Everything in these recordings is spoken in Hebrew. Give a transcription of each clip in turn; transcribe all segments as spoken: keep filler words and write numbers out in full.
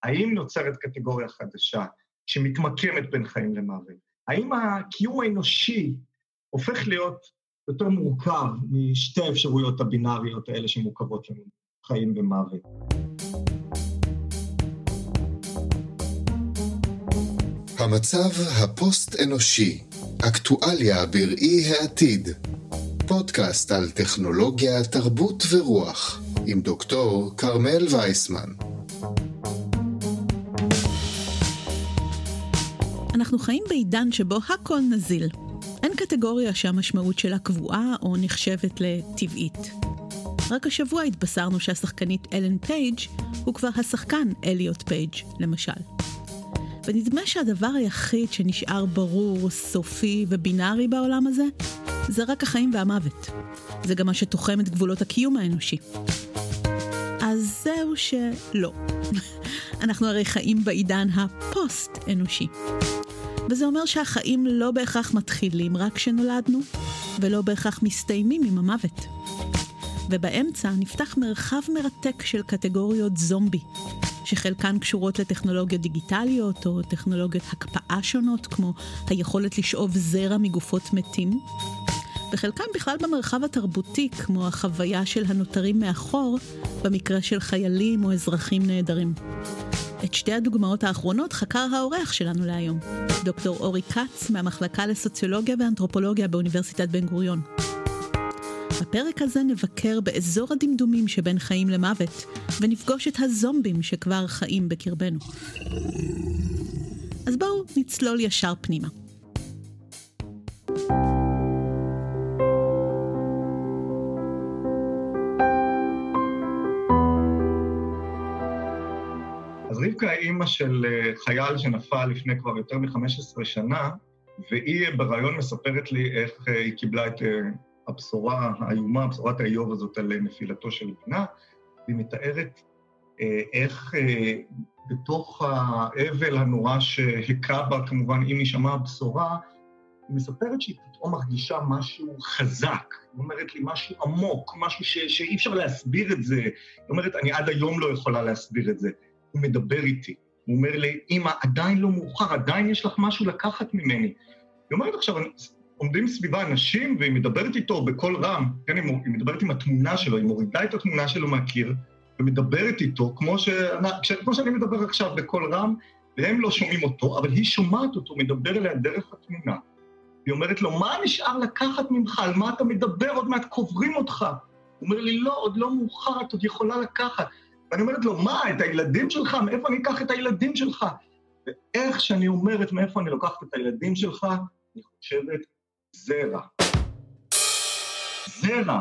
האם נוצרת קטגוריה חדשה שמתמקמת בין חיים למוות? האם הקיום האנושי הופך להיות יותר מורכב משתי האפשרויות הבינאריות האלה שמורכבות לנו, חיים ומוות? המצב הפוסט-אנושי, אקטואליה בראי העתיד. פודקאסט על טכנולוגיה, תרבות ורוח, עם דוקטור קרמל וייסמן. אנחנו חיים בעידן שבו הכל נזיל. אין קטגוריה שהמשמעות שלה קבועה או נחשבת לטבעית. רק השבוע התבשרנו שהשחקנית אלן פייג' הוא כבר השחקן אליוט פייג' למשל. ונדמה שהדבר היחיד שנשאר ברור, סופי ובינארי בעולם הזה, זה רק החיים והמוות. זה גם מה שתוחם את גבולות הקיום האנושי. אז זהו שלא. אנחנו הרי חיים בעידן הפוסט-אנושי. וזה אומר שהחיים לא בהכרח מתחילים רק כשנולדנו, ולא בהכרח מסתיימים עם המוות. ובאמצע נפתח מרחב מרתק של קטגוריות זומבי, שחלקן קשורות לטכנולוגיות דיגיטליות או טכנולוגיות הקפאה שונות, כמו היכולת לשאוב זרע מגופות מתים, וחלקן בכלל במרחב התרבותי, כמו החוויה של הנותרים מאחור, במקרה של חיילים או אזרחים נהדרים. את שתי הדוגמאות האחרונות חקר האורח שלנו להיום, דוקטור אורי קץ מהמחלקה לסוציולוגיה ואנתרופולוגיה באוניברסיטת בן גוריון. בפרק הזה נבקר באזור הדמדומים שבין חיים למוות, ונפגוש את הזומבים שכבר חיים בקרבנו. אז בואו נצלול ישר פנימה. אז רבקה האימא של חייל שנפל לפני כבר יותר מ-חמש עשרה שנה, והיא ברעיון מספרת לי איך היא קיבלה את הבשורה האיומה, בשורת האיוב הזאת על נפילתו של בנה, והיא מתארת איך בתוך האבל הנורא שהכה בה, כמובן אם היא שמעה הבשורה, היא מספרת שהיא פתאום מרגישה משהו חזק, היא אומרת לי משהו עמוק, משהו ש- שאי אפשר להסביר את זה, היא אומרת, אני עד היום לא יכולה להסביר את זה, הוא מדבר איתי, הוא אומר לי, אמא, עדיין לא מאוחר, עדיין יש לך משהו לקחת ממני. היא אומרת עכשיו, עומדים סביבה אנשים, והיא מדברת איתו בקול רם, כן, היא מדברת עם התמונה שלו, היא מורידה את התמונה שלו מהקיר, ומדברת איתו, כמו, שאני, כמו שאני מדבר עכשיו בקול רם, והם לא שומעים אותו, אבל היא שומעת אותו, מדבר אליה דרך התמונה. היא אומרת לו, מה נשאר לקחת ממך? על מה אתה מדבר? עוד מעט קוברים אותך. הוא אומר לי, לא, עוד לא מאוחר, את עוד יכולה לקחת. ואני אומרת לו, מה, את הילדים שלך? מאיפה אני אקח את הילדים שלך? ואיך שאני אומרת מאיפה אני לוקחת את הילדים שלך, אני חושבת, זרע. זרע.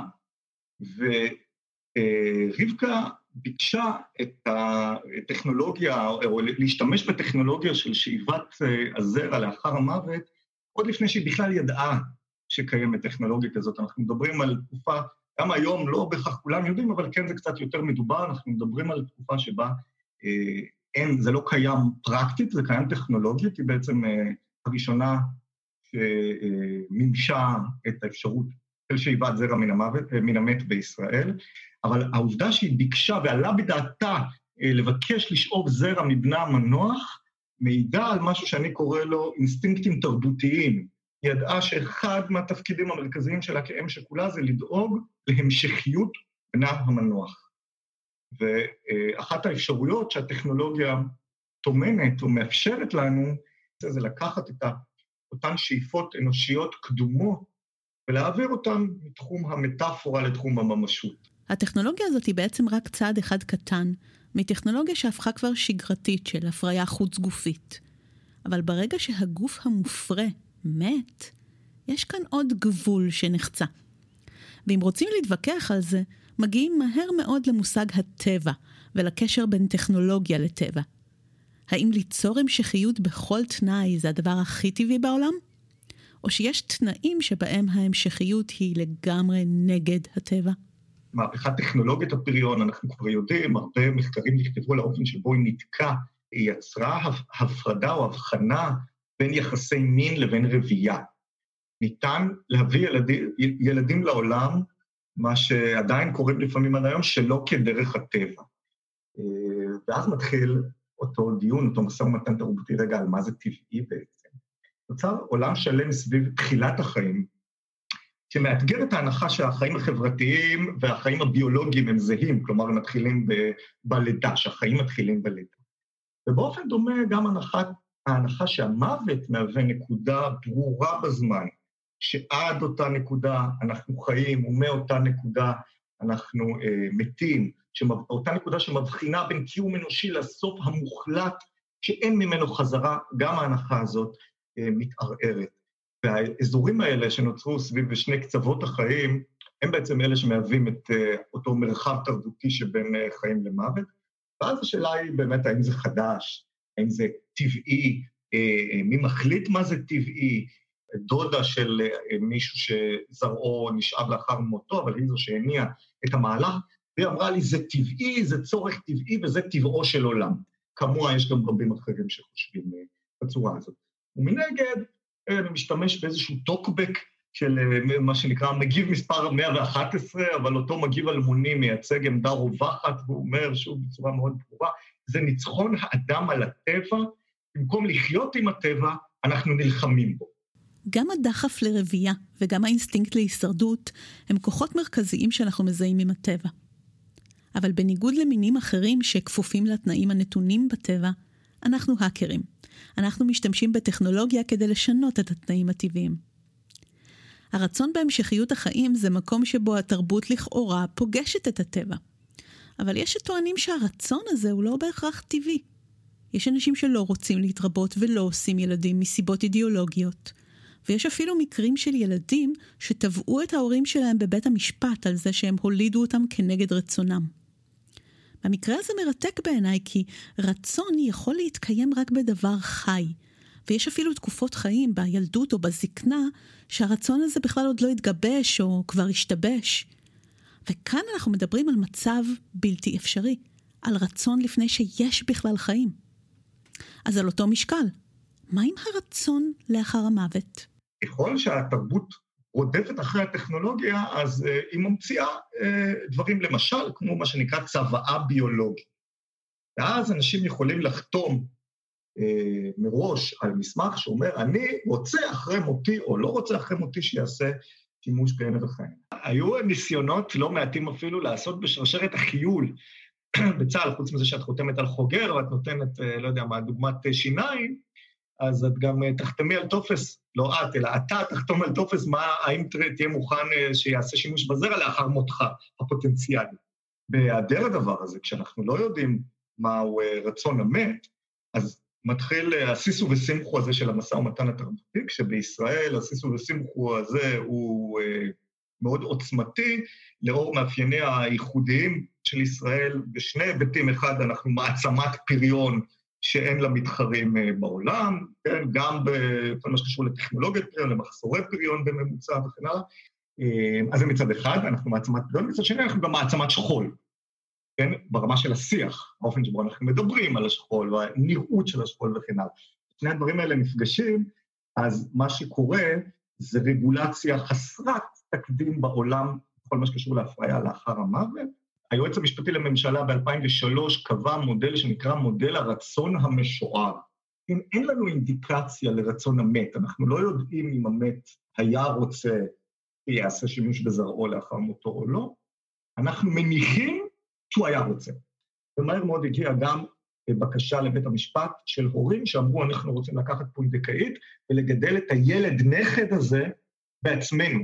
ורבקה ביקשה את הטכנולוגיה, או להשתמש בטכנולוגיה של שאיבת הזרע לאחר המוות, עוד לפני שהיא בכלל ידעה שקיימת טכנולוגיה כזאת. אנחנו מדברים על תקופה, גם היום לא בכך כולם יודעים, אבל כן זה קצת יותר מדובר, אנחנו מדברים על תקופה שבה אה, אין, זה לא קיים פרקטית, זה קיים טכנולוגית, היא בעצם אה, הראשונה שמימשה את האפשרות של שאיבת זרע מן המוות, מן המת בישראל, אבל העובדה שהיא ביקשה ועלה בדעתה אה, לבקש לשאוב זרע מבנה המנוח, מעידה על משהו שאני קורא לו אינסטינקטים תרבותיים. היא ידעה שאחד מהתפקידים המרכזיים שלה כאם שכולה זה לדאוג להמשכיות בנה המנוח. ואחת האפשרויות שהטכנולוגיה תומנת או מאפשרת לנו, זה לקחת את אותן שאיפות אנושיות קדומות, ולהעביר אותן מתחום המטאפורה לתחום הממשות. הטכנולוגיה הזאת היא בעצם רק צעד אחד קטן, מטכנולוגיה שהפכה כבר שגרתית של הפריה חוץ גופית. אבל ברגע שהגוף המופרה מת, יש כאן עוד גבול שנחצה. ואם רוצים להתווכח על זה, מגיעים מהר מאוד למושג הטבע, ולקשר בין טכנולוגיה לטבע. האם ליצור המשכיות בכל תנאי זה הדבר הכי טבעי בעולם? או שיש תנאים שבהם ההמשכיות היא לגמרי נגד הטבע? מהפכת טכנולוגיית הפריון, אנחנו כבר יודעים, הרבה מחקרים נכתבו על האופן שבו היא נתקה, היא יצרה הפרדה או הבחנה בין יחסי מין לבין רבייה. ניתן להביא ילדים, ילדים לעולם, מה שעדיין קוראים לפעמים עד היום, שלא כדרך הטבע. ואז מתחיל אותו דיון, אותו משא ומתן תרבותי רגע על מה זה טבעי בעצם. נוצר עולם שלם סביב תחילת החיים, שמאתגר את ההנחה שהחיים החברתיים והחיים הביולוגיים הם זהים, כלומר הם מתחילים ב- בלידה, שהחיים מתחילים בלידה. ובאופן דומה גם הנחת, ההנחה שהמוות מהווה נקודה ברורה בזמן, שעד אותה נקודה אנחנו חיים, ומאותה נקודה אנחנו אה, מתים, אותה נקודה שמבחינה בין קיום אנושי לסוף המוחלט, שאין ממנו חזרה, גם ההנחה הזאת אה, מתערערת. והאזורים האלה שנוצרו סביב שני קצוות החיים, הם בעצם אלה שמהווים את uh, אותו מרחב תרבותי שבין uh, חיים למוות. ואז השאלה היא באמת האם זה חדש, האם זה טבעי, uh, מי מחליט מה זה טבעי, דודה של uh, מישהו שזרעו נשאב לאחר מותו, אבל היא זו שהניעה את המהלך, והיא אמרה לי, זה טבעי, זה צורך טבעי, וזה טבעו של עולם. כמוה יש גם רבים אחרים שחושבים uh, בצורה הזאת. ומנגד, אני משתמש באיזשהו טוקבק של מה שנקרא מגיב מספר מאה ואחת עשרה, אבל אותו מגיב אלמוני מייצג עמדה רווחת, והוא אומר שוב בצורה מאוד ברורה, זה ניצחון האדם על הטבע, במקום לחיות עם הטבע, אנחנו נלחמים בו. גם הדחף לרבייה וגם האינסטינקט להישרדות הם כוחות מרכזיים שאנחנו מזהים עם הטבע. אבל בניגוד למינים אחרים שכפופים לתנאים הנתונים בטבע, אנחנו האקרים. אנחנו משתמשים בטכנולוגיה כדי לשנות את התנאים הטבעיים. הרצון בהמשכיות החיים זה מקום שבו התרבות לכאורה פוגשת את הטבע. אבל יש שטוענים שהרצון הזה הוא לא בהכרח טבעי. יש אנשים שלא רוצים להתרבות ולא עושים ילדים מסיבות אידיאולוגיות. ויש אפילו מקרים של ילדים שטבעו את ההורים שלהם בבית המשפט על זה שהם הולידו אותם כנגד רצונם. במקרה הזה מרתק בעיניי כי רצון יכול להתקיים רק בדבר חי, ויש אפילו תקופות חיים בילדות או בזקנה שהרצון הזה בכלל עוד לא התגבש או כבר השתבש. וכאן אנחנו מדברים על מצב בלתי אפשרי, על רצון לפני שיש בכלל חיים. אז על אותו משקל, מה עם הרצון לאחר המוות? ככל שהתרבות רודפת אחרי הטכנולוגיה, אז uh, היא ממציאה uh, דברים למשל, כמו מה שנקרא צוואה ביולוגית. ואז אנשים יכולים לחתום uh, מראש על מסמך שאומר, אני רוצה אחרי מותי או לא רוצה אחרי מותי שיעשה שימוש בעמד החיים. היו ניסיונות לא מעטים אפילו לעשות בשרשרת החיול בצה"ל, חוץ מזה שאת חותמת על חוגר ואת נותנת, uh, לא יודע מה, דוגמת שיניים, אז את גם תחתמי על טופס, לא את, אלא אתה תחתום על טופס, מה, האם תהיה מוכן שיעשה שימוש בזרע לאחר מותך הפוטנציאלי. בהיעדר הדבר הזה, כשאנחנו לא יודעים מהו רצון המת, אז מתחיל הסיסו וסימחו הזה של המשא ומתן התרבותי, כשבישראל הסיסו וסימחו הזה הוא מאוד עוצמתי, לאור מאפייניה הייחודיים של ישראל, בשני היבטים, אחד, אנחנו מעצמת פריון, שאין לה מתחרים בעולם, כן? גם בכל מה שקשור לטכנולוגיית פריון, למחסורי פריון בממוצע וכן הלאה. אז זה מצד אחד, אנחנו מעצמת פריון, מצד שני אנחנו גם מעצמת שכול, כן? ברמה של השיח, האופן שבו אנחנו מדברים על השכול, והנראות של השכול וכן הלאה. שני הדברים האלה נפגשים, אז מה שקורה זה רגולציה חסרת תקדים בעולם, בכל מה שקשור להפריה לאחר המוות. היועץ המשפטי לממשלה ב-אלפיים ושלוש קבע מודל שנקרא מודל הרצון המשוער. אם אין לנו אינדיקציה לרצון המת, אנחנו לא יודעים אם המת היה רוצה שיעשה שימוש בזרעו לאחר מותו או לא, אנחנו מניחים שהוא היה רוצה. ומהר מאוד הגיעה גם בקשה לבית המשפט של הורים שאמרו, אנחנו רוצים לקחת פונדקאית ולגדל את הילד נכד הזה בעצמנו,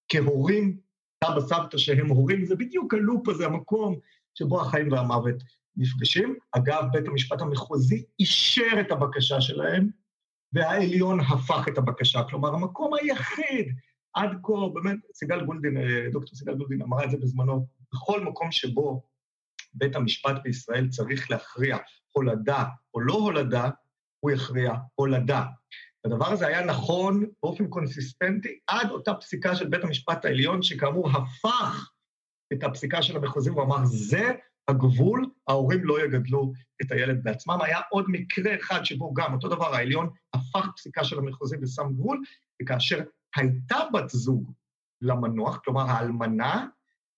כהורים, סבא סבתא שהם הורים, זה בדיוק הלופ הזה, המקום שבו החיים והמוות נפגשים. אגב, בית המשפט המחוזי אישר את הבקשה שלהם, והעליון הפך את הבקשה. כלומר, המקום היחיד, עד כה, באמת, סיגל גולדין, דוקטור סיגל גולדין אמרה את זה בזמנו, בכל מקום שבו בית המשפט בישראל צריך להכריע הולדה או לא הולדה, הוא יכריע הולדה. הדבר הזה היה נכון באופן קונסיסטנטי עד אותה פסיקה של בית המשפט העליון, שכאמור הפך את הפסיקה של המחוזים, הוא אמר, זה הגבול, ההורים לא יגדלו את הילד בעצמם. היה עוד מקרה אחד שבו גם אותו דבר, העליון הפך פסיקה של המחוזים ושם גבול, וכאשר הייתה בת זוג למנוח, כלומר האלמנה,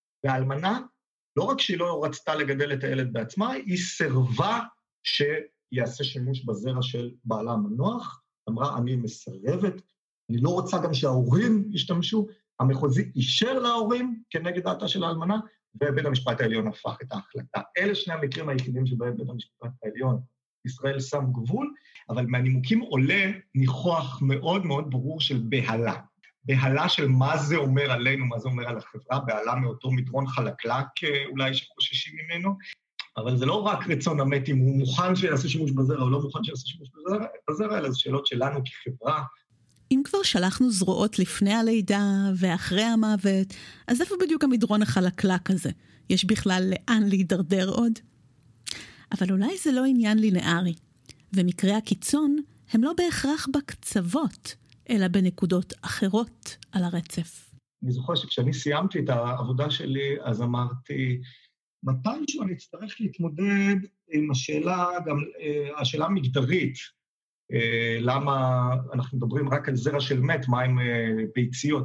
והאלמנה, לא רק שהיא לא רצתה לגדל את הילד בעצמה, היא סרבה ש... יעשה שימוש בזרע של בעלה המנוח, אמרה, אני מסרבת, אני לא רוצה גם שההורים ישתמשו, המחוזי אישר להורים כנגד דעתה של האלמנה, ובית המשפט העליון הפך את ההחלטה. אלה שני המקרים היחידים שבהם בית המשפט העליון, ישראל שם גבול, אבל מהנימוקים עולה ניחוח מאוד מאוד ברור של בהלה. בהלה של מה זה אומר עלינו, מה זה אומר על החברה, בהלה מאותו מדרון חלקלק אולי שחוששים ממנו, אבל זה לא רק רצון המת אם הוא מוכן שיעשה שימוש בזרע או לא מוכן שיעשה שימוש בזרע, בזרע אלא זה שאלות שלנו כחברה. אם כבר שלחנו זרועות לפני הלידה ואחרי המוות, אז איפה בדיוק המדרון החלקלק הזה? יש בכלל לאן להידרדר עוד? אבל אולי זה לא עניין לינארי, ומקרי הקיצון הם לא בהכרח בקצוות, אלא בנקודות אחרות על הרצף. אני זוכר שכשאני סיימתי את העבודה שלי, אז אמרתי, מתישהו אני אצטרך להתמודד עם השאלה, גם השאלה המגדרית, למה אנחנו מדברים רק על זרע של מת, מה עם ביציות,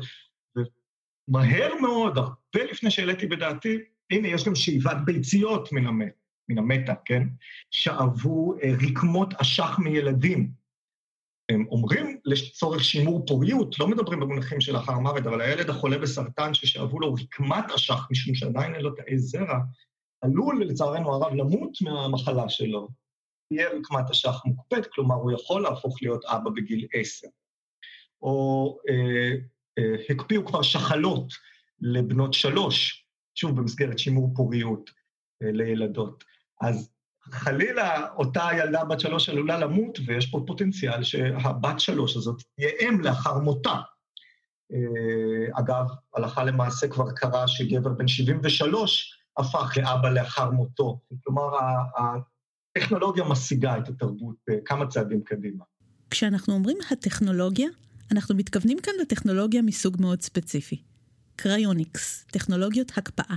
ומהר מאוד, הרבה לפני שהעליתי בדעתי, הנה יש גם שאיבת ביציות מן המת, מן המתה, כן? שאבו רקמות אשך מילדים. הם אומרים לצורך שימור פוריות, לא מדברים במונחים של אחר מוות, אבל הילד החולה בסרטן ששאבו לו רקמת אשך, משום שעדיין אין לו תאי זרע, עלול לצערנו הרב למות מהמחלה שלו. תהיה רקמת אשך מוקפאת, כלומר הוא יכול להפוך להיות אבא בגיל עשר. או אה, אה, הקפיאו כבר שחלות לבנות שלוש, שוב במסגרת שימור פוריות אה, לילדות. אז חלילה אותה ילדה בת שלוש עלולה למות, ויש פה פוטנציאל שהבת שלוש הזאת תהיה אם לאחר מותה. אה, אגב, הלכה למעשה כבר קרה שגבר בן שבעים ושלוש הפך לאבא לאחר מותו. כלומר, הטכנולוגיה משיגה את התרבות כמה צעדים קדימה. כשאנחנו אומרים הטכנולוגיה, אנחנו מתכוונים כאן לטכנולוגיה מסוג מאוד ספציפי. קריוניקס, טכנולוגיות הקפאה.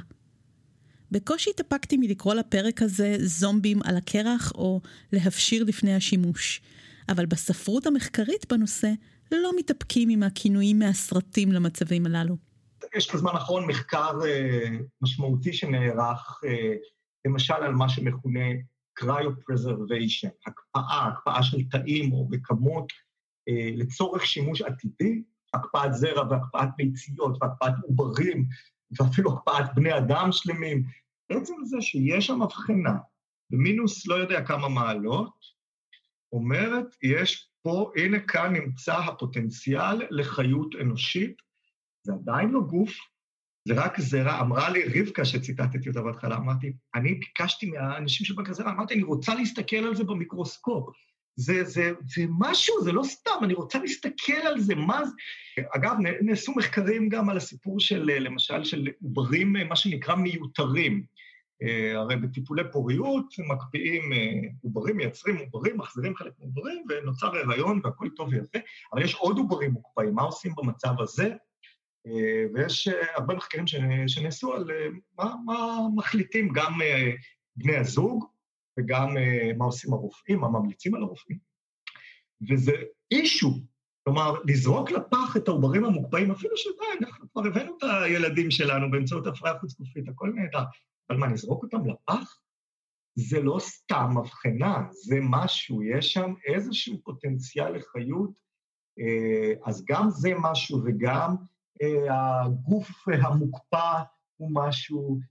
בקושי התאפקתי מלקרוא לפרק הזה זומבים על הקרח או להפשיר לפני השימוש. אבל בספרות המחקרית בנושא לא מתאפקים עם הכינויים מהסרטים למצבים הללו. יש בזמן האחרון מחקר משמעותי שנערך, למשל על מה שמכונה קריופרזרוויישן, הקפאה, הקפאה של תאים או בכמות, לצורך שימוש עתידי, הקפאת זרע והקפאת ביציות והקפאת עוברים, ואפילו הקפאת בני אדם שלמים. בעצם זה שיש שם הבחנה, במינוס לא יודע כמה מעלות, אומרת, יש פה, הנה כאן נמצא הפוטנציאל לחיות אנושית, זה עדיין לא גוף, זה רק זרע. אמרה לי רבקה שציטטתי אותה בהתחלה, אמרתי, אני ביקשתי מהאנשים של בנק הזרע, אמרתי, אני רוצה להסתכל על זה במיקרוסקופ. זה, זה, זה משהו, זה לא סתם, אני רוצה להסתכל על זה, מה זה? אגב, נעשו מחקרים גם על הסיפור של, למשל, של עוברים, מה שנקרא מיותרים. הרי בטיפולי פוריות, מקפיאים עוברים, מייצרים עוברים, מחזירים חלק מעוברים, ונוצר הריון והכל טוב ויפה, אבל יש עוד עוברים מוקפאים, מה עושים במצב הזה? ויש הרבה מחקרים שנעשו על מה, מה מחליטים גם בני הזוג, וגם מה עושים הרופאים, מה ממליצים על הרופאים. וזה אישו, כלומר, לזרוק לפח את העוברים המוקפאים, אפילו שדי, אנחנו כבר הבאנו את הילדים שלנו באמצעות הפריה חוץ-גופית, הכל נהדר, אבל מה, נזרוק אותם לפח? זה לא סתם הבחנה, זה משהו, יש שם איזשהו פוטנציאל לחיות, אז גם זה משהו, וגם הגוף המוקפא הוא משהו,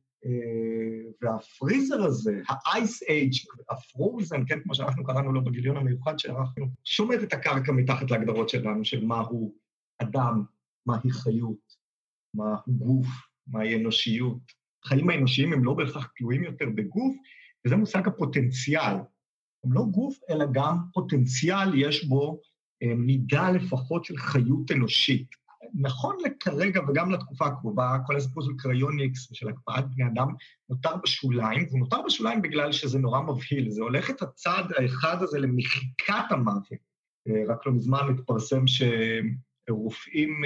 והפריזר הזה, ה-Ice Age, הפרוזן, כן, כמו שאנחנו קראנו לו בגיליון המיוחד שערכנו, שומט את הקרקע מתחת להגדרות שלנו, של מהו אדם, מהי חיות, מהו גוף, מהי אנושיות. החיים האנושיים הם לא בהכרח תלויים יותר בגוף, וזה מושג הפוטנציאל. הם לא גוף, אלא גם פוטנציאל, יש בו מידה לפחות של חיות אנושית. נכון לכרגע וגם לתקופה הקרובה, כל הסיפור של קריוניקס ושל הקפאת בני אדם נותר בשוליים, זה נותר בשוליים בגלל שזה נורא מבהיל, זה הולך את הצד האחד הזה למחיקת המוות. רק לא מזמן התפרסם שרופאים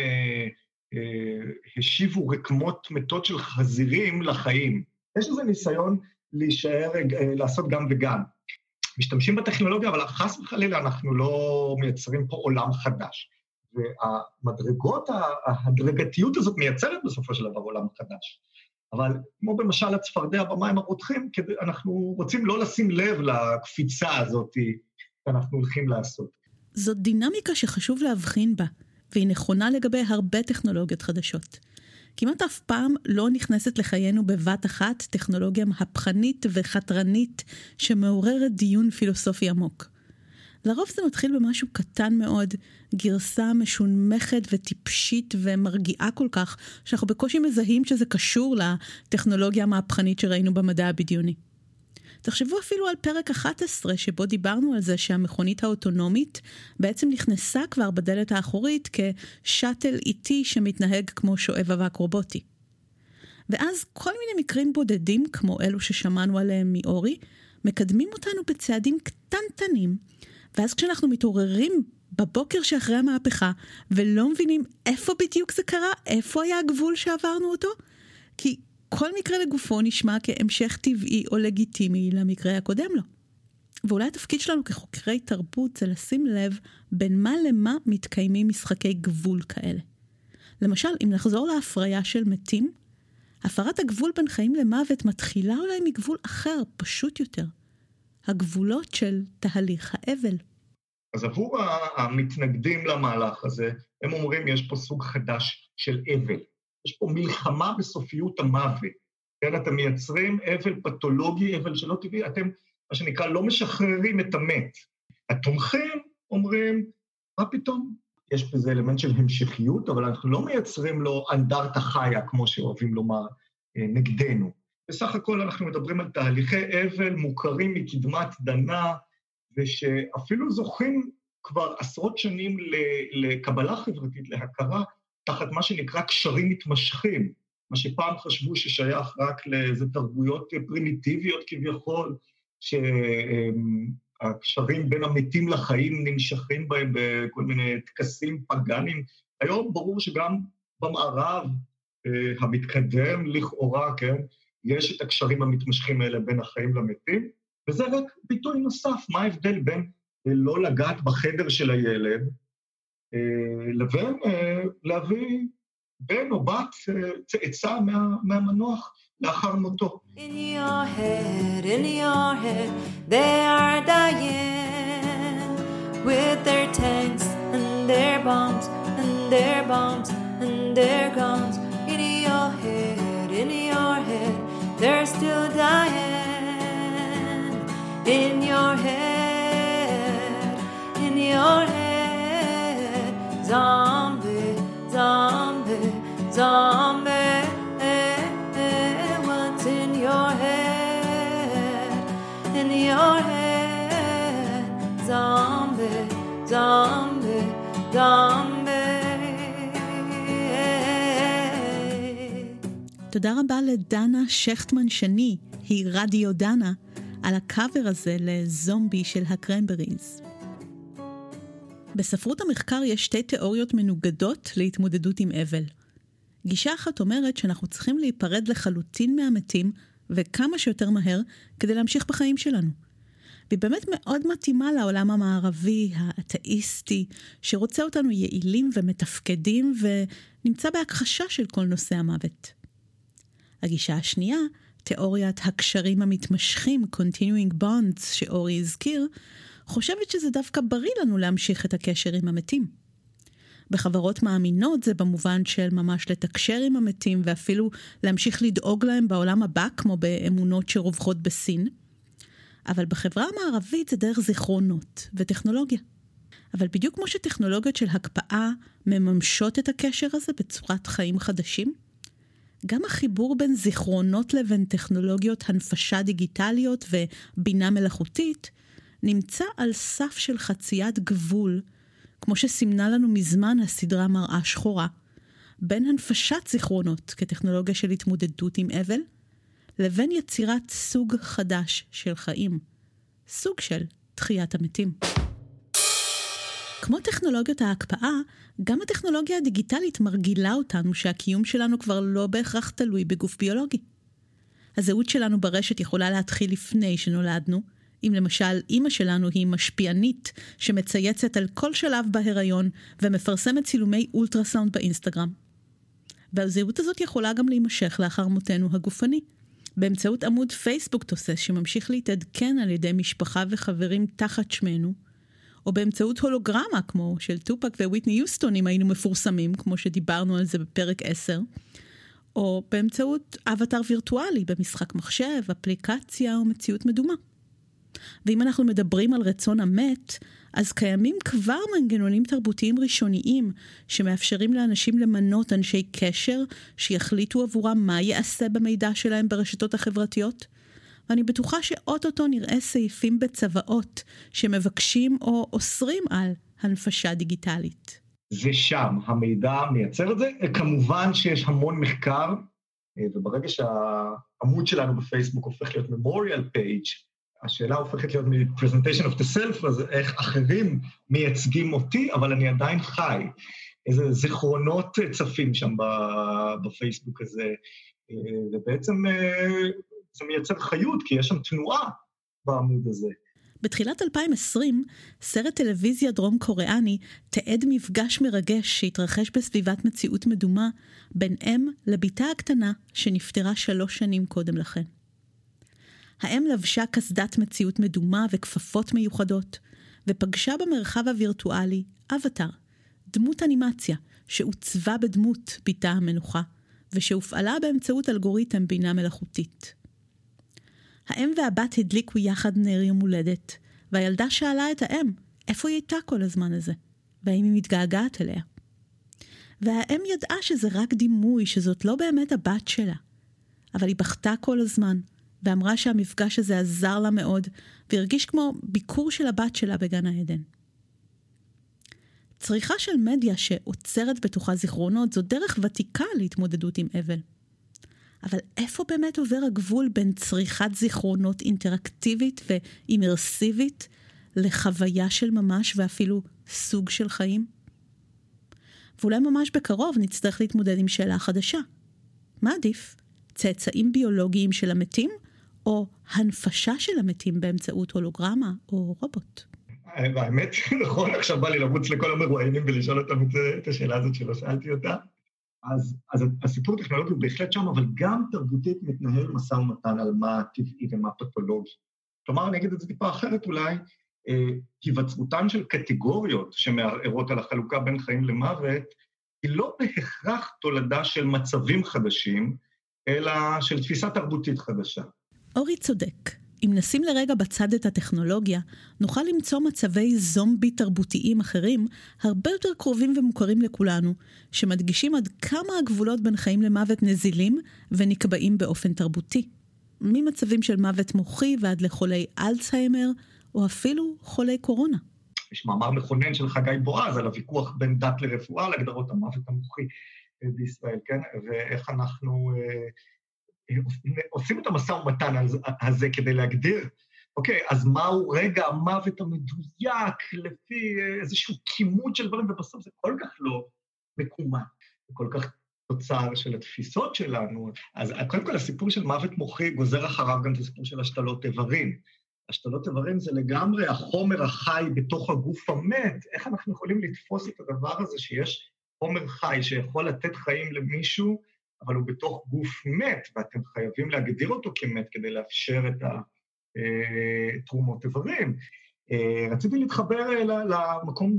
השיבו רקמות מתות של חזירים לחיים. יש איזה ניסיון להישאר, לעשות גם וגם. משתמשים בטכנולוגיה, אבל חס וחלילה אנחנו לא מייצרים פה עולם חדש. והמדרגות, ההדרגתיות הזאת מייצרת בסופו של דבר עולם חדש. אבל כמו במשל הצפרדע במים הרותחים, אנחנו רוצים לא לשים לב לקפיצה הזאת שאנחנו הולכים לעשות. זאת דינמיקה שחשוב להבחין בה, והיא נכונה לגבי הרבה טכנולוגיות חדשות. כמעט אף פעם לא נכנסת לחיינו בבת אחת טכנולוגיה מהפכנית וחתרנית שמעוררת דיון פילוסופי עמוק. לרוב זה מתחיל במשהו קטן מאוד, גרסה משונמכת וטיפשית ומרגיעה כל כך, שאנחנו בקושי מזהים שזה קשור לטכנולוגיה המהפכנית שראינו במדע הבדיוני. תחשבו אפילו על פרק אחת עשרה שבו דיברנו על זה שהמכונית האוטונומית בעצם נכנסה כבר בדלת האחורית כשאטל איטי שמתנהג כמו שואב אבק רובוטי. ואז כל מיני מקרים בודדים כמו אלו ששמענו עליהם מאורי, מקדמים אותנו בצעדים קטנטנים, ואז כשאנחנו מתעוררים בבוקר שאחרי המהפכה ולא מבינים איפה בדיוק זה קרה, איפה היה הגבול שעברנו אותו, כי כל מקרה לגופו נשמע כהמשך טבעי או לגיטימי למקרה הקודם לו. ואולי התפקיד שלנו כחוקרי תרבות זה לשים לב בין מה למה מתקיימים משחקי גבול כאלה. למשל, אם נחזור להפריה של מתים, הפרת הגבול בין חיים למוות מתחילה אולי מגבול אחר, פשוט יותר. הגבולות של תהליך האבל. אז עבור המתנגדים למהלך הזה, הם אומרים יש פה סוג חדש של אבל. יש פה מלחמה בסופיות המוות. כן, אתם מייצרים אבל פתולוגי, אבל שלא טבעי, אתם, מה שנקרא, לא משחררים את המת. התומכים אומרים, מה פתאום? יש בזה אלמנט של המשכיות, אבל אנחנו לא מייצרים לו אנדרטה חיה, כמו שאוהבים לומר, נגדנו. בסך הכל אנחנו מדברים על תהליכי אבל מוכרים מקדמת דנה, ושאפילו זוכים כבר עשרות שנים לקבלה חברתית, להכרה, תחת מה שנקרא קשרים מתמשכים, מה שפעם חשבו ששייך רק לאיזה תרבויות פרימיטיביות כביכול, שהקשרים בין המתים לחיים נמשכים בהם בכל מיני טקסים פגאנים. היום ברור שגם במערב המתקדם לכאורה, כן, יש את הקשרים המתמשכים האלה בין החיים למתים, וזה רק ביטוי נוסף, מה ההבדל בין לא לגעת בחדר של הילד, לבין להביא בן או בת צאצא מהמנוח לאחר מותו. In your head, in your head, they are dying with their tanks and their bombs and their bombs and their guns. In your head, in your head, they're still dying. In your head, in your head, zombie, zombie, zombie. What's in your head, in your head, zombie, zombie, zombie. תודה רבה לדנה שכטמן שני, היא רדיו דנה, על הקאבר הזה לזומבי של הקרנבריז. בספרות המחקר יש שתי תיאוריות מנוגדות להתמודדות עם אבל. גישה אחת אומרת שאנחנו צריכים להיפרד לחלוטין מהמתים וכמה שיותר מהר כדי להמשיך בחיים שלנו. והיא באמת מאוד מתאימה לעולם המערבי, האתאיסטי, שרוצה אותנו יעילים ומתפקדים ונמצא בהכחשה של כל נושא המוות. הגישה השנייה, תיאוריית הקשרים המתמשכים, continuing bonds, שאורי הזכיר, חושבת שזה דווקא בריא לנו להמשיך את הקשר עם המתים. בחברות מאמינות זה במובן של ממש לתקשר עם המתים ואפילו להמשיך לדאוג להם בעולם הבא, כמו באמונות שרווחות בסין. אבל בחברה המערבית זה דרך זיכרונות וטכנולוגיה. אבל בדיוק כמו שטכנולוגיות של הקפאה מממשות את הקשר הזה בצורת חיים חדשים, גם החיבור בין זיכרונות לבין טכנולוגיות הנפשה דיגיטליות ובינה מלאכותית נמצא על סף של חציית גבול, כמו שסימנה לנו מזמן הסדרה מראה שחורה, בין הנפשת זיכרונות כטכנולוגיה של התמודדות עם אבל, לבין יצירת סוג חדש של חיים, סוג של תחיית המתים. כמו טכנולוגיות ההקפאה, גם הטכנולוגיה הדיגיטלית מרגילה אותנו שהקיום שלנו כבר לא בהכרח תלוי בגוף ביולוגי. הזהות שלנו ברשת יכולה להתחיל לפני שנולדנו, אם למשל אמא שלנו היא משפיענית שמצייצת על כל שלב בהיריון ומפרסמת צילומי אולטרסאונד באינסטגרם. והזהות הזאת יכולה גם להימשך לאחר מותנו הגופני. באמצעות עמוד פייסבוק תוסס שממשיך להתעדכן על ידי משפחה וחברים תחת שמנו, או באמצעות הולוגרמה כמו של טופק וויטני יוסטון אם היינו מפורסמים, כמו שדיברנו על זה בפרק עשר, או באמצעות אבטר וירטואלי במשחק מחשב, אפליקציה או מציאות מדומה. ואם אנחנו מדברים על רצון המת, אז קיימים כבר מנגנונים תרבותיים ראשוניים שמאפשרים לאנשים למנות אנשי קשר שיחליטו עבורם מה יעשה במידע שלהם ברשתות החברתיות. ואני בטוחה שאוטוטו נראה סעיפים בצבאות שמבקשים או אוסרים על הנפשה דיגיטלית. זה שם, המידע מייצר את זה. כמובן שיש המון מחקר, וברגע שהעמוד שלנו בפייסבוק הופך להיות memorial page, השאלה הופכת להיות מ-presentation of the self, אז איך אחרים מייצגים אותי, אבל אני עדיין חי. איזה זיכרונות צפים שם בפייסבוק הזה, ובעצם זה מייצר חיות, כי יש שם תנועה בעמוד הזה. בתחילת אלפיים ועשרים, סרט טלוויזיה דרום קוריאני תיעד מפגש מרגש שהתרחש בסביבת מציאות מדומה בין אם לביתה הקטנה שנפטרה שלוש שנים קודם לכן. האם לבשה קסדת מציאות מדומה וכפפות מיוחדות, ופגשה במרחב הווירטואלי אבטר, דמות אנימציה שעוצבה בדמות ביתה המנוחה, ושהופעלה באמצעות אלגוריתם בינה מלאכותית. האם והבת הדליקו יחד נר יום הולדת, והילדה שאלה את האם, איפה היא הייתה כל הזמן הזה, והאם היא מתגעגעת אליה. והאם ידעה שזה רק דימוי, שזאת לא באמת הבת שלה, אבל היא בכתה כל הזמן, ואמרה שהמפגש הזה עזר לה מאוד, והרגיש כמו ביקור של הבת שלה בגן העדן. צריכה של מדיה שעוצרת בתוכה זיכרונות, זו דרך ותיקה להתמודדות עם אבל. אבל איפה באמת עובר הגבול בין צריכת זיכרונות אינטראקטיבית ואימרסיבית לחוויה של ממש ואפילו סוג של חיים? ואולי ממש בקרוב נצטרך להתמודד עם שאלה חדשה. מה עדיף? צאצאים ביולוגיים של המתים או הנפשה של המתים באמצעות הולוגרמה או רובוט? האמת, נכון, עכשיו בא לי לרוץ לכל המרואיינים ולשאול אותם את השאלה הזאת שלא שאלתי אותה. אז, אז הסיפור הטכנולוגי הוא בהחלט שם, אבל גם תרבותית מתנהל משא ומתן על מה טבעי ומה פתולוגי. כלומר, אני אגיד את זה טיפה אחרת אולי, אה, היווצרותן של קטגוריות שמערערות על החלוקה בין חיים למוות, היא לא בהכרח תולדה של מצבים חדשים, אלא של תפיסה תרבותית חדשה. אורי צודק. אם נשים לרגע בצד את הטכנולוגיה, נוכל למצוא מצבי זומבי תרבותיים אחרים, הרבה יותר קרובים ומוכרים לכולנו, שמדגישים עד כמה הגבולות בין חיים למוות נזילים ונקבעים באופן תרבותי. ממצבים של מוות מוחי ועד לחולי אלצהיימר, או אפילו חולי קורונה. יש מאמר מכונן של חגי בועז על הוויכוח בין דת לרפואה, להגדרות המוות המוחי בישראל, כן? ואיך אנחנו עושים את המשא ומתן הזה כדי להגדיר, אוקיי, אז מהו רגע המוות המדויק לפי איזשהו כימות של דברים, ובסוף זה כל כך לא מקומן, זה כל כך תוצר של התפיסות שלנו. אז קודם כל הסיפור של מוות מוחי גוזר אחריו גם את הסיפור של השתלות איברים. השתלות איברים זה לגמרי החומר החי בתוך הגוף המת, איך אנחנו יכולים לתפוס את הדבר הזה שיש חומר חי שיכול לתת חיים למישהו, אבל הוא בתוך גוף מת, ואתם חייבים להגדיר אותו כמת כדי לאפשר את התרומות איברים. רציתי להתחבר למקום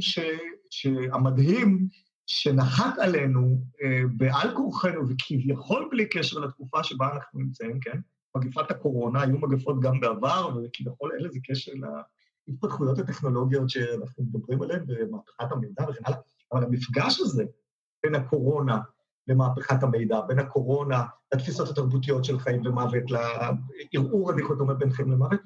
המדהים שנחת עלינו בעל כורחנו, וכביכול בלי קשר לתקופה שבה אנחנו נמצאים, כן? מגפת הקורונה, היו מגפות גם בעבר, וכביכול אין לזה קשר להתפתחויות הטכנולוגיות שאנחנו מדברים עליהן, ומהפכת המידע וכן הלאה, אבל המפגש הזה בין הקורונה למהפכת המידע, בין הקורונה לתפיסות התרבותיות של חיים ומוות, לערעור הדיכוטומי בין חיים למוות,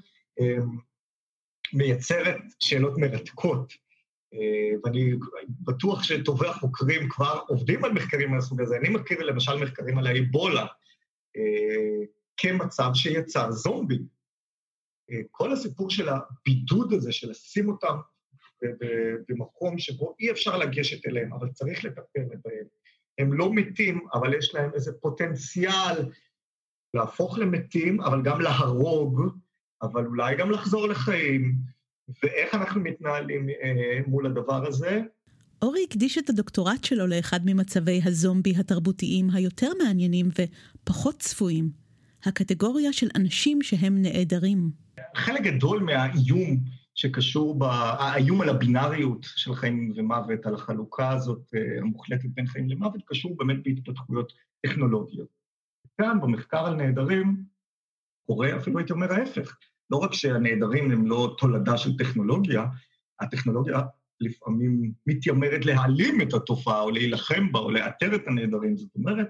מייצרת שאלות מרתקות, ואני בטוח שטובי החוקרים כבר עובדים על מחקרים מהסוג הזה. אני מכיר למשל מחקרים על האיבולה, כמצב שיצר זומבי. כל הסיפור של הבידוד הזה, של לשים אותם במקום שבו אי אפשר לגשת אליהם, אבל צריך לטפל בהם. הם לא מתים, אבל יש להם איזה פוטנציאל להפוך למתים, אבל גם להרוג, אבל אולי גם לחזור לחיים. ואיך אנחנו מתנהלים אה, מול הדבר הזה? אורי הקדיש את הדוקטורט שלו לאחד ממצבי הזומבי התרבותיים היותר מעניינים ופחות צפויים, הקטגוריה של אנשים שהם נעדרים. חלק גדול מהאיום שקשור, האיום על הבינאריות של חיים ומוות, על החלוקה הזאת המוחלטת בין חיים למוות, קשור באמת בהתפתחויות טכנולוגיות. כאן במחקר על נעדרים, קורה אפילו הייתי אומר ההפך. לא רק שהנעדרים הם לא תולדה של טכנולוגיה, הטכנולוגיה לפעמים מתיימרת להעלים את התופעה, או להילחם בה, או לאתר את הנעדרים. זאת אומרת,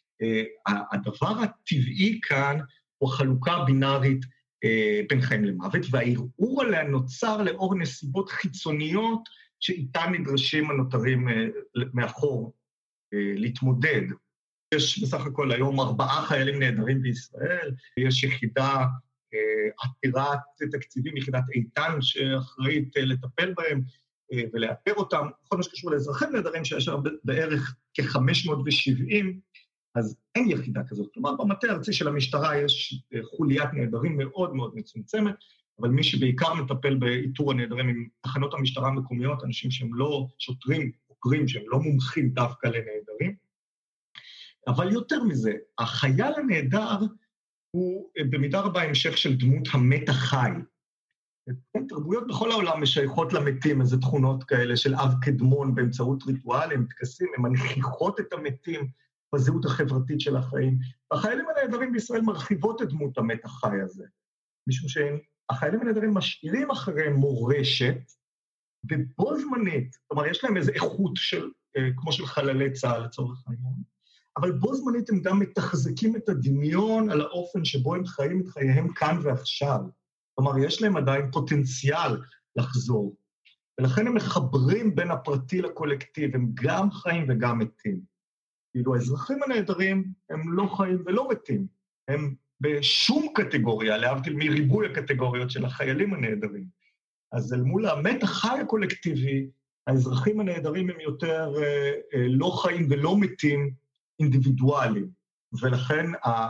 הדבר הטבעי כאן הוא החלוקה בינארית בין חיים למוות, והערעור עליה נוצר לאור נסיבות חיצוניות שאיתן נדרשים הנותרים מאחור להתמודד. יש בסך הכל היום ארבעה חיילים נעדרים בישראל, יש יחידה עתירת תקציבים, יחידת איתן שאחראית לטפל בהם ולאתר אותם, בכל מה שקשור לאזרחים נעדרים שיש בערך כ-חמש מאות ושבעים, אז אין יחידה כזאת. כלומר, במטה הארצי של המשטרה יש חוליית נעדרים מאוד מאוד מצומצמת, אבל מי שבעיקר מטפל באיתור הנעדרים עם תחנות המשטרה המקומיות, אנשים שהם לא שוטרים, חוקרים, שהם לא מומחים דווקא לנעדרים. אבל יותר מזה, החייל הנעדר הוא במידה רבה המשך של דמות המת החי. תרבויות בכל העולם משייכות למתים איזה תכונות כאלה של אב קדמון באמצעות ריטואלים, טקסים, הן מנכיחות את המתים בזהות החברתית של החיים. החיילים הנעדרים בישראל מרחיבות את דמות המת החי הזה, משום שהחיילים הנעדרים משאירים אחריהם מורשת, ובו זמנית, כלומר יש להם איזו איכות של, כמו של חללי צה"ל לצורך העניין, אבל בו זמנית הם גם מתחזקים את הדמיון על האופן שבו הם חיים את חייהם כאן ועכשיו. כלומר, יש להם עדיין פוטנציאל לחזור, ולכן הם מחברים בין הפרטי לקולקטיב, הם גם חיים וגם מתים. כאילו, האזרחים הנעדרים הם לא חיים ולא מתים, הם בשום קטגוריה, להבדיל מריבוי הקטגוריות של החיילים הנעדרים. אז אל מול המת החי הקולקטיבי, האזרחים הנעדרים הם יותר אה, אה, לא חיים ולא מתים אינדיבידואליים, ולכן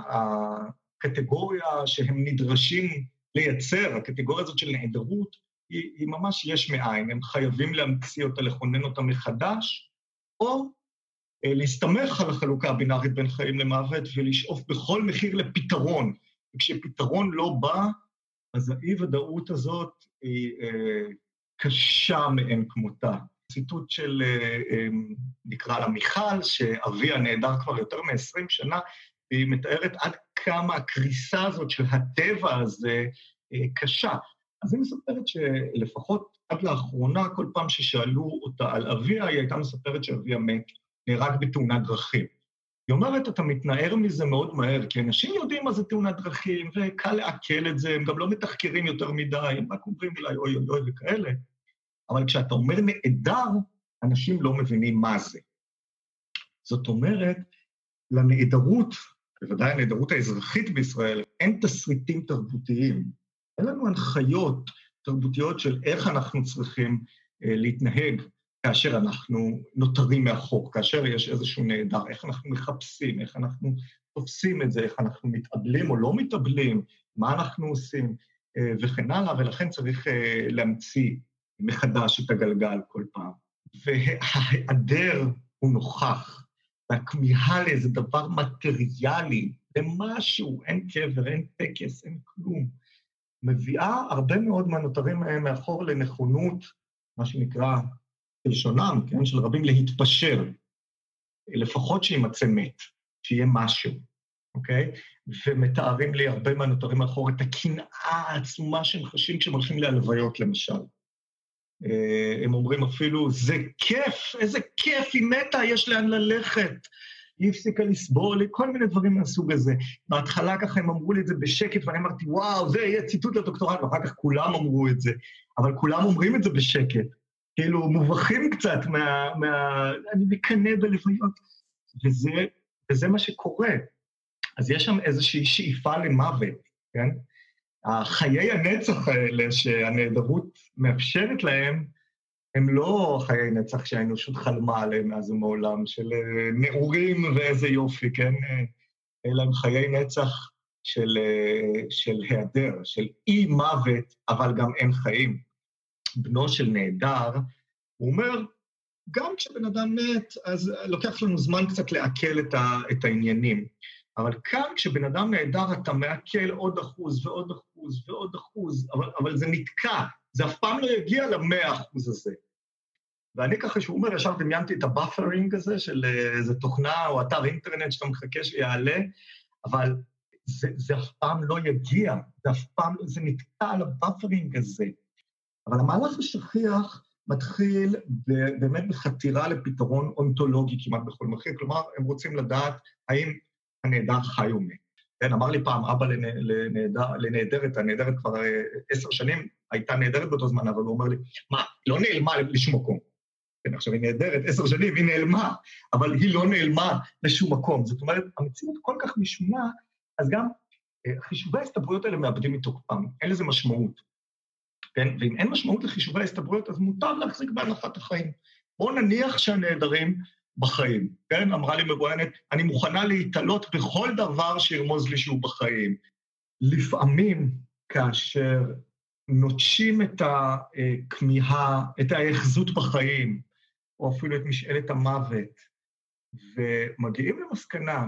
הקטגוריה שהם נדרשים לייצר, הקטגוריה הזאת של נעדרות, היא, היא ממש יש מאין, הם חייבים להמציא אותה, לכונן אותה מחדש, או אה, להסתמך על החלוקה הבינארית בין חיים למוות, ולשאוף בכל מחיר לפתרון. וכשפתרון לא בא, אז האי-ודאות הזאת היא אה, קשה מאין כמותה. ציטוט של, אה, אה, נקרא לה מיכל, שאביה נעדר כבר יותר מ-עשרים שנה, והיא מתארת עד כמה הקריסה הזאת של הטבע הזה אה, קשה. אז היא מספרת שלפחות עד לאחרונה, כל פעם ששאלו אותה על אביה, היא הייתה מספרת שאביה מת, נהרג בתאונת דרכים. היא אומרת, אתה מתנער מזה מאוד מהר, כי אנשים יודעים מה זה תאונת דרכים, וקל לעכל את זה, הם גם לא מתחקרים יותר מדי, הם רק אומרים אולי אוי אוי אוי וכאלה. אבל כשאתה אומר נעדר, אנשים לא מבינים מה זה. זאת אומרת, לנעדרות, בוודאי הנעדרות האזרחית בישראל, אין תסריטים תרבותיים. אין לנו הנחיות תרבותיות של איך אנחנו צריכים אה, להתנהג כאשר אנחנו נותרים מאחור, כאשר יש איזשהו נעדר, איך אנחנו מחפשים, איך אנחנו תופסים את זה, איך אנחנו מתאבלים או לא מתאבלים, מה אנחנו עושים, אה, וכן הלאה, ולכן צריך אה, להמציא מחדש את הגלגל כל פעם. וההיעדר הוא נוכח, והכמיהה לאיזה דבר מטריאלי, למשהו, אין קבר, אין טקס, אין כלום, מביאה הרבה מאוד מהנותרים מאחור לנכונות, מה שנקרא בלשונם, כן, של רבים להתפשר, לפחות שימצא מת, שיהיה משהו, אוקיי? ומתארים לי הרבה מהנותרים מאחור את הקנאה העצומה שהם חשים כשהם הולכים להלוויות למשל. הם אומרים אפילו, זה כיף, איזה כיף, היא מתה, יש לאן ללכת, היא הפסיקה לסבול, כל מיני דברים מהסוג הזה. בהתחלה ככה הם אמרו לי את זה בשקט, ואני אמרתי, וואו, זה יהיה ציטוט לדוקטורט, ואחר כך כולם אמרו את זה, אבל כולם אומרים את זה בשקט, כאילו מובכים קצת מה... מה אני מקנא בלוויות, וזה, וזה מה שקורה. אז יש שם איזושהי שאיפה למוות, כן? החיי הנצח האלה שהנעדרות מאפשרת להם, הם לא חיי נצח שהאנושות חלמה עליהם מאז ומעולם, של נעורים ואיזה יופי, כן? אלא הם חיי נצח של, של היעדר, של אי מוות, אבל גם אין חיים. בנו של נעדר, הוא אומר, גם כשבן אדם מת, אז לוקח לנו זמן קצת לעכל את, ה, את העניינים. אבל כאן, כשבן אדם נהדר, אתה מעכל עוד אחוז ועוד אחוז ועוד אחוז, אבל, אבל זה נתקע, זה אף פעם לא יגיע למאה אחוז הזה. ואני ככה שהוא אומר, ישר דמיינתי את הבאפרינג הזה, של איזו תוכנה או אתר אינטרנט שאתה מחכה שיעלה, אבל זה, זה אף פעם לא יגיע, זה אף פעם, זה נתקע על הבאפרינג הזה. אבל המהלך השכיח מתחיל באמת בחתירה לפתרון אונתולוגי כמעט בכל מחיר, כלומר, הם רוצים לדעת האם הנהדר חי או מת. כן, אמר לי פעם, אבא לנהדר, לנהדרת, הנהדרת כבר עשר שנים, הייתה נהדרת באותו זמן, אבל הוא אומר לי, מה, לא נעלמה לשום מקום. כן, עכשיו היא נהדרת, עשר שנים, היא נעלמה, אבל היא לא נעלמה לשום מקום. זאת אומרת, המציאות כל כך משונה, אז גם חישובי ההסתברויות האלה מאבדים מתוקפם, אין לזה משמעות. כן, ואם אין משמעות לחישובי ההסתברויות, אז מותר להחזיק בהנחת החיים. בואו נניח שהנהדרים בחיים. כן, אמרה לי מרואיינת, אני מוכנה להתעלות בכל דבר שירמוז לי שהוא בחיים. לפעמים, כאשר נוטשים את הכמיהה, את ההאחזות בחיים, או אפילו את משאלת המוות, ומגיעים למסקנה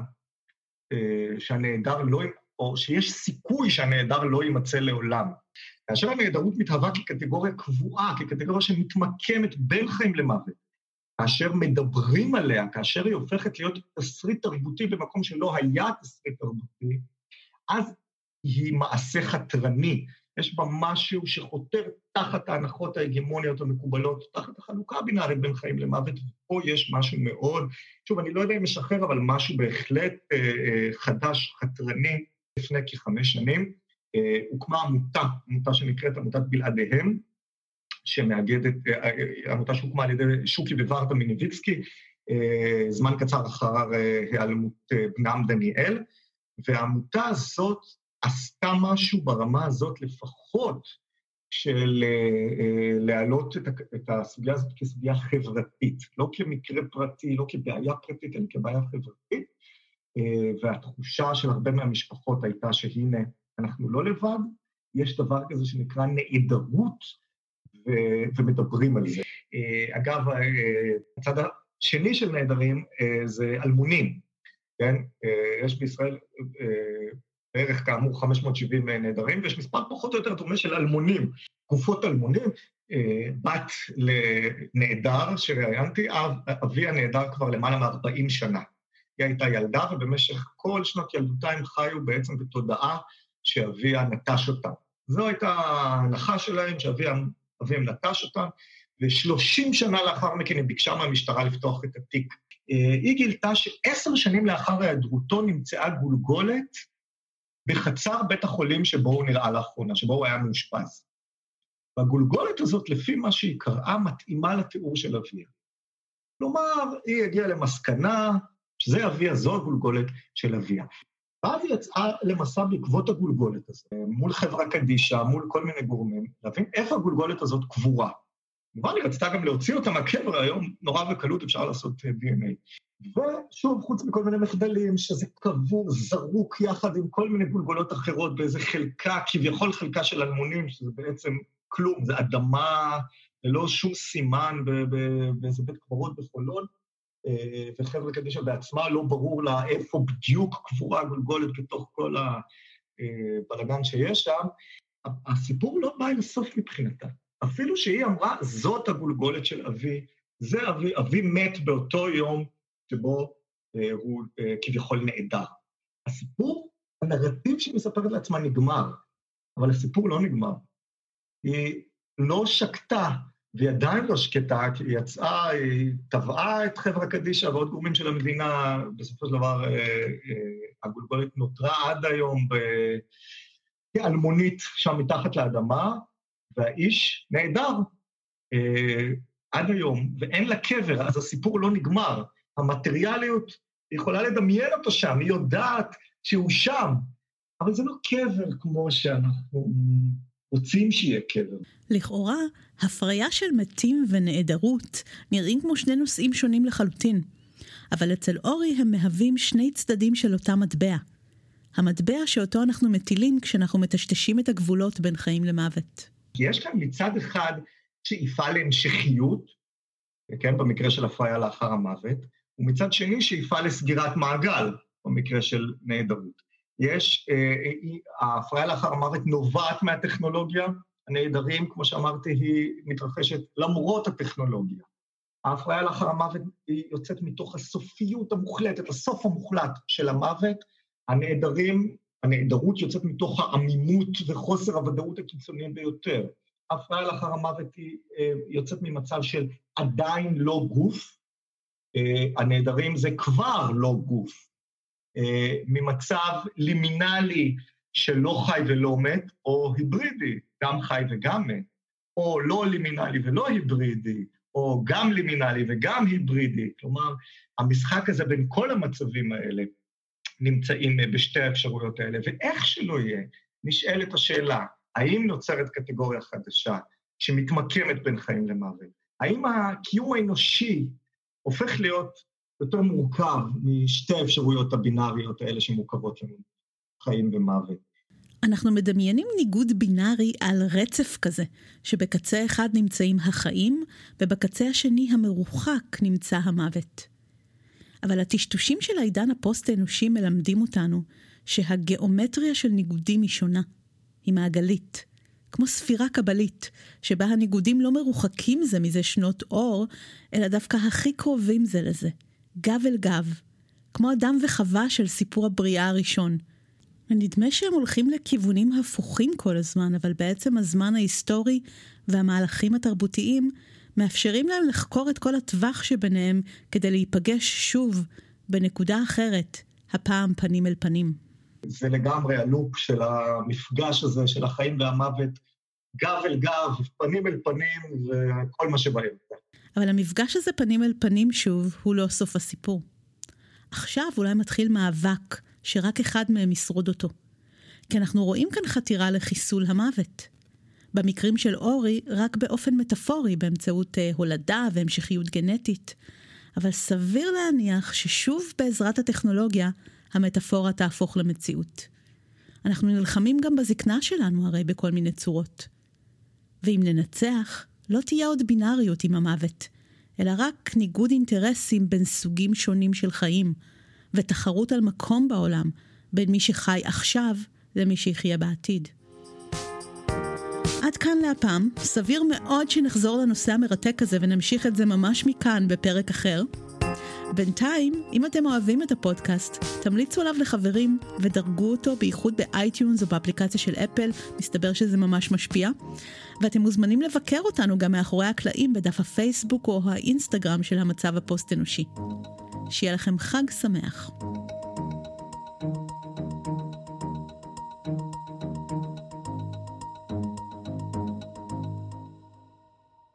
שהנהדר לא, או שיש סיכוי שהנהדר לא יימצא לעולם. כאשר הנהדרות מתהווה כקטגוריה קבועה, כקטגוריה שמתמקמת בין חיים למוות, כאשר מדברים עליה, כאשר היא הופכת להיות תסריט תרבותי במקום שלא היה תסריט תרבותי, אז היא מעשה חתרני. יש בה משהו שחותר תחת ההנחות ההגמוניות המקובלות, תחת החלוקה הבינארית בין חיים למוות, ופה יש משהו מאוד, שוב, אני לא יודע אם משחרר, אבל משהו בהחלט אה, אה, חדש, חתרני, לפני כחמש שנים, אה, הוקמה עמותה, עמותה שנקראת עמותת בלעדיהם, שמאגדת, עמותה שהוקמה על ידי שוקי וורדה מיניביצקי, זמן קצר אחר היעלמות בנם דניאל, והעמותה הזאת עשתה משהו ברמה הזאת לפחות של להעלות את הסוגיה הזאת כסוגיה חברתית, לא כמקרה פרטי, לא כבעיה פרטית, אלא כבעיה חברתית, והתחושה של הרבה מהמשפחות הייתה שהנה, אנחנו לא לבד, יש דבר כזה שנקרא נעדרות, ומדברים על זה. אגב, הצד השני של נהדרים זה אלמונים, כן? יש בישראל בערך כאמור חמש מאות שבעים נהדרים, ויש מספר פחות או יותר דומה של אלמונים, גופות אלמונים, בת לנהדר שראיינתי, אבי הנהדר כבר למעלה מ-ארבעים שנה. היא הייתה ילדה, ובמשך כל שנות ילדותה הם חיו בעצם בתודעה שאביה נטש אותה. זו הייתה ההנחה שלהם, שאביהם נטש אותם, ו-שלושים שנה לאחר מכן היא ביקשה מהמשטרה לפתוח את התיק. היא גילתה שעשר שנים לאחר ההיעדרותו נמצאה גולגולת בחצר בית החולים שבו הוא נראה לאחרונה, שבו הוא היה מאושפז. והגולגולת הזאת, לפי מה שהיא קראה, מתאימה לתיאור של אביה. כלומר, היא הגיעה למסקנה שזה אביה, זו הגולגולת של אביה. ואז היא יצאה למסע בעקבות הגולגולת הזאת, מול חברה קדישה, מול כל מיני גורמים, להבין איפה הגולגולת הזאת קבורה. כמובן, היא רצתה גם להוציא אותה מהקבר, היום נורא וקלות אפשר לעשות די אן איי. ושוב, חוץ מכל מיני מחדלים, שזה קבור, זרוק יחד עם כל מיני גולגולות אחרות, באיזה חלקה, כביכול חלקה של אלמונים, שזה בעצם כלום, זה אדמה, ללא שום סימן באיזה בית קברות בחולון, וחבר'ה קדישה בעצמה לא ברור לה איפה בדיוק קבורה הגולגולת בתוך כל הבלגן שיש שם, הסיפור לא בא אל הסוף מבחינתה. אפילו שהיא אמרה, זאת הגולגולת של אבי, זה אבי, אבי מת באותו יום שבו הוא כביכול נעדר. הסיפור, הנרטיב שהיא מספרת לעצמה נגמר, אבל הסיפור לא נגמר. היא לא שקטה, והיא עדיין לא שקטה, כי היא יצאה, היא טבעה את חברה קדישה ועוד גורמים של המדינה, בסופו של דבר הגולגולת נותרה עד היום כאלמונית שם מתחת לאדמה, והאיש נהדר עד היום, ואין לה קבר, אז הסיפור לא נגמר. המטריאליות יכולה לדמיין אותו שם, היא יודעת שהוא שם, אבל זה לא קבר כמו שאנחנו רוצים שיהיה קבר. לכאורה, הפריה של מתים ונעדרות נראים כמו שני נושאים שונים לחלוטין, אבל אצל אורי הם מהווים שני צדדים של אותה מטבע. המטבע שאותו אנחנו מטילים כשאנחנו מטשטשים את הגבולות בין חיים למוות. יש כאן מצד אחד שאיפה להמשכיות, כן, במקרה של הפריה לאחר המוות, ומצד שני שאיפה לסגירת מעגל, במקרה של נעדרות. יש, ההפריה לאחר המוות נובעת מהטכנולוגיה, הנעדרים, כמו שאמרתי, היא מתרחשת למרות הטכנולוגיה. ההפריה לאחר המוות היא יוצאת מתוך הסופיות המוחלטת, הסוף המוחלט של המוות, הנעדרים, הנעדרות יוצאת מתוך העמימות וחוסר הוודאות הקיצוניים ביותר. ההפריה לאחר המוות היא יוצאת ממצב של עדיין לא גוף, הנעדרים זה כבר לא גוף, ממצב לימינלי שלא חי ולא מת, או היברידי, גם חי וגם מת, או לא לימינלי ולא היברידי, או גם לימינלי וגם היברידי, כלומר, המשחק הזה בין כל המצבים האלה נמצאים בשתי האפשרויות האלה, ואיך שלא יהיה, נשאלת השאלה, האם נוצרת קטגוריה חדשה שמתמקמת בין חיים למוות? האם הקיום האנושי הופך להיות יותר מורכב משתי האפשרויות הבינאריות האלה שמורכבות לנו, חיים ומוות? אנחנו מדמיינים ניגוד בינארי על רצף כזה, שבקצה אחד נמצאים החיים, ובקצה השני המרוחק נמצא המוות. אבל הטשטושים של העידן הפוסט-אנושי מלמדים אותנו שהגיאומטריה של ניגודים היא שונה, היא מעגלית, כמו ספירה קבלית, שבה הניגודים לא מרוחקים זה מזה שנות אור, אלא דווקא הכי קרובים זה לזה, גב אל גב, כמו אדם וחווה של סיפור הבריאה הראשון. ונדמה שהם הולכים לכיוונים הפוכים כל הזמן, אבל בעצם הזמן ההיסטורי והמהלכים התרבותיים מאפשרים להם לחקור את כל הטווח שביניהם כדי להיפגש שוב בנקודה אחרת, הפעם פנים אל פנים. זה לגמרי הלופ של המפגש הזה, של החיים והמוות, גב אל גב, פנים אל פנים וכל מה שבאמצע. אבל המפגש הזה פנים אל פנים שוב הוא לא סוף הסיפור. עכשיו אולי מתחיל מאבק שרק אחד מהם ישרוד אותו. כי אנחנו רואים כאן חתירה לחיסול המוות. במקרים של אורי, רק באופן מטאפורי, באמצעות הולדה והמשכיות גנטית. אבל סביר להניח ששוב בעזרת הטכנולוגיה, המטאפורה תהפוך למציאות. אנחנו נלחמים גם בזקנה שלנו הרי בכל מיני צורות. ואם ננצח, לא תהיה עוד בינאריות עם המוות, אלא רק ניגוד אינטרסים בין סוגים שונים של חיים, ותחרות על מקום בעולם בין מי שחי עכשיו למי שיחיה בעתיד. עד כאן להפעם, סביר מאוד שנחזור לנושא המרתק הזה ונמשיך את זה ממש מכאן בפרק אחר. בינתיים, אם אתם אוהבים את הפודקאסט, תמליצו עליו לחברים ודרגו אותו בייחוד באייטיונס או באפליקציה של אפל, מסתבר שזה ממש משפיע. ואתם מוזמנים לבקר אותנו גם מאחורי הקלעים בדף הפייסבוק או האינסטגרם של המצב הפוסט אנושי. שיהיה לכם חג שמח.